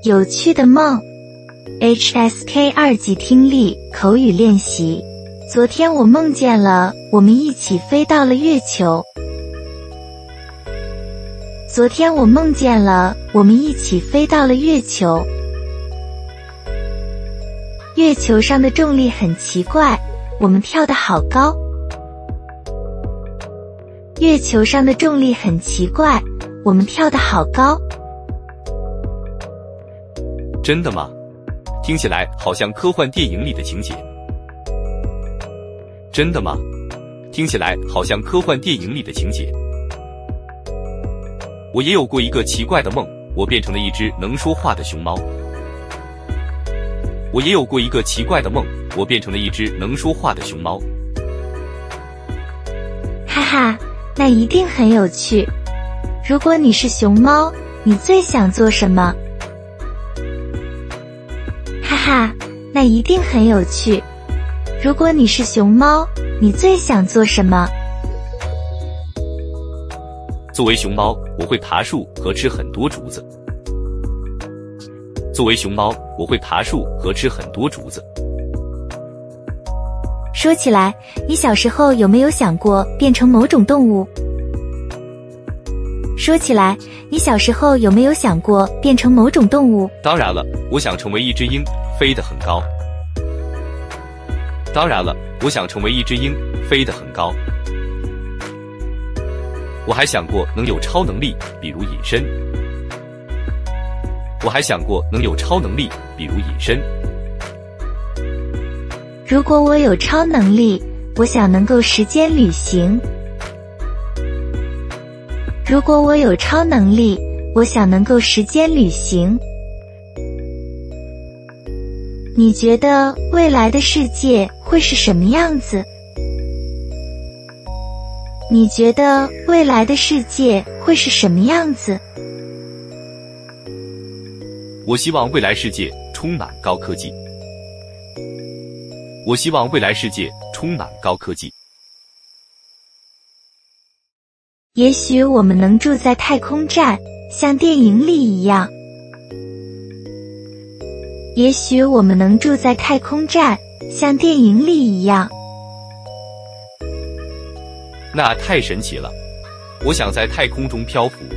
有趣的梦 HSK 2级听力口语练习。昨天我梦见了我们一起飞到了月球。昨天我梦见了我们一起飞到了月球。月球上的重力很奇怪，我们跳得好高。月球上的重力很奇怪，我们跳得好高。 真的吗？听起来好像科幻电影里的情节。真的吗？听起来好像科幻电影里的情节。我也有过一个奇怪的梦，我变成了一只能说话的熊猫。我也有过一个奇怪的梦，我变成了一只能说话的熊猫。 哈哈，那一定很有趣。如果你是熊猫，你最想做什么？哈哈，那一定很有趣。如果你是熊猫，你最想做什么？ 作为熊猫，我会爬树和吃很多竹子。作为熊猫，我会爬树和吃很多竹子。 说起来，你小时候有没有想过变成某种动物？说起来，你小时候有没有想过变成某种动物？ 当然了，我想成为一只鹰，飞得很高。当然了，我想成为一只鹰，飞得很高。我还想过能有超能力，比如隐身。我还想过能有超能力，比如隐身。 如果我有超能力，我想能够时间旅行。如果我有超能力，我想能够时间旅行。你觉得未来的世界会是什么样子？你觉得未来的世界会是什么样子？ 我希望未来世界充满高科技。我希望未来世界充满高科技。 也许我们能住在太空站，像电影里一样。也许我们能住在太空站，像电影里一样。 那太神奇了！我想在太空中漂浮。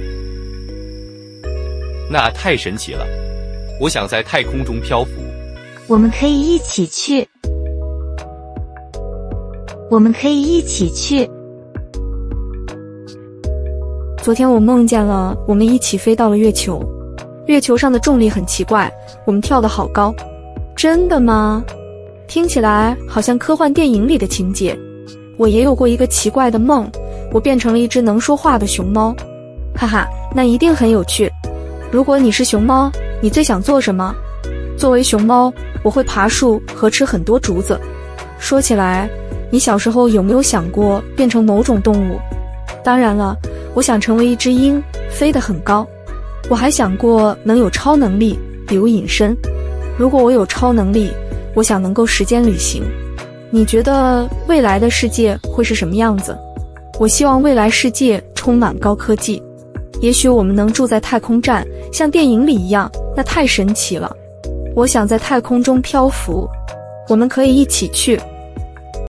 那太神奇了！我想在太空中漂浮。 我们可以一起去。我们可以一起去。 昨天我梦见了我们一起飞到了月球。月球上的重力很奇怪，我们跳得好高。真的吗？听起来好像科幻电影里的情节。我也有过一个奇怪的梦，我变成了一只能说话的熊猫。哈哈，那一定很有趣。如果你是熊猫，你最想做什么？作为熊猫，我会爬树和吃很多竹子。说起来，你小时候有没有想过变成某种动物？当然了，我想成为一只鹰，飞得很高。我还想过能有超能力，比如隐身。如果我有超能力，我想能够时间旅行。你觉得未来的世界会是什么样子？我希望未来世界充满高科技。也许我们能住在太空站，像电影里一样，那太神奇了。我想在太空中漂浮。我们可以一起去。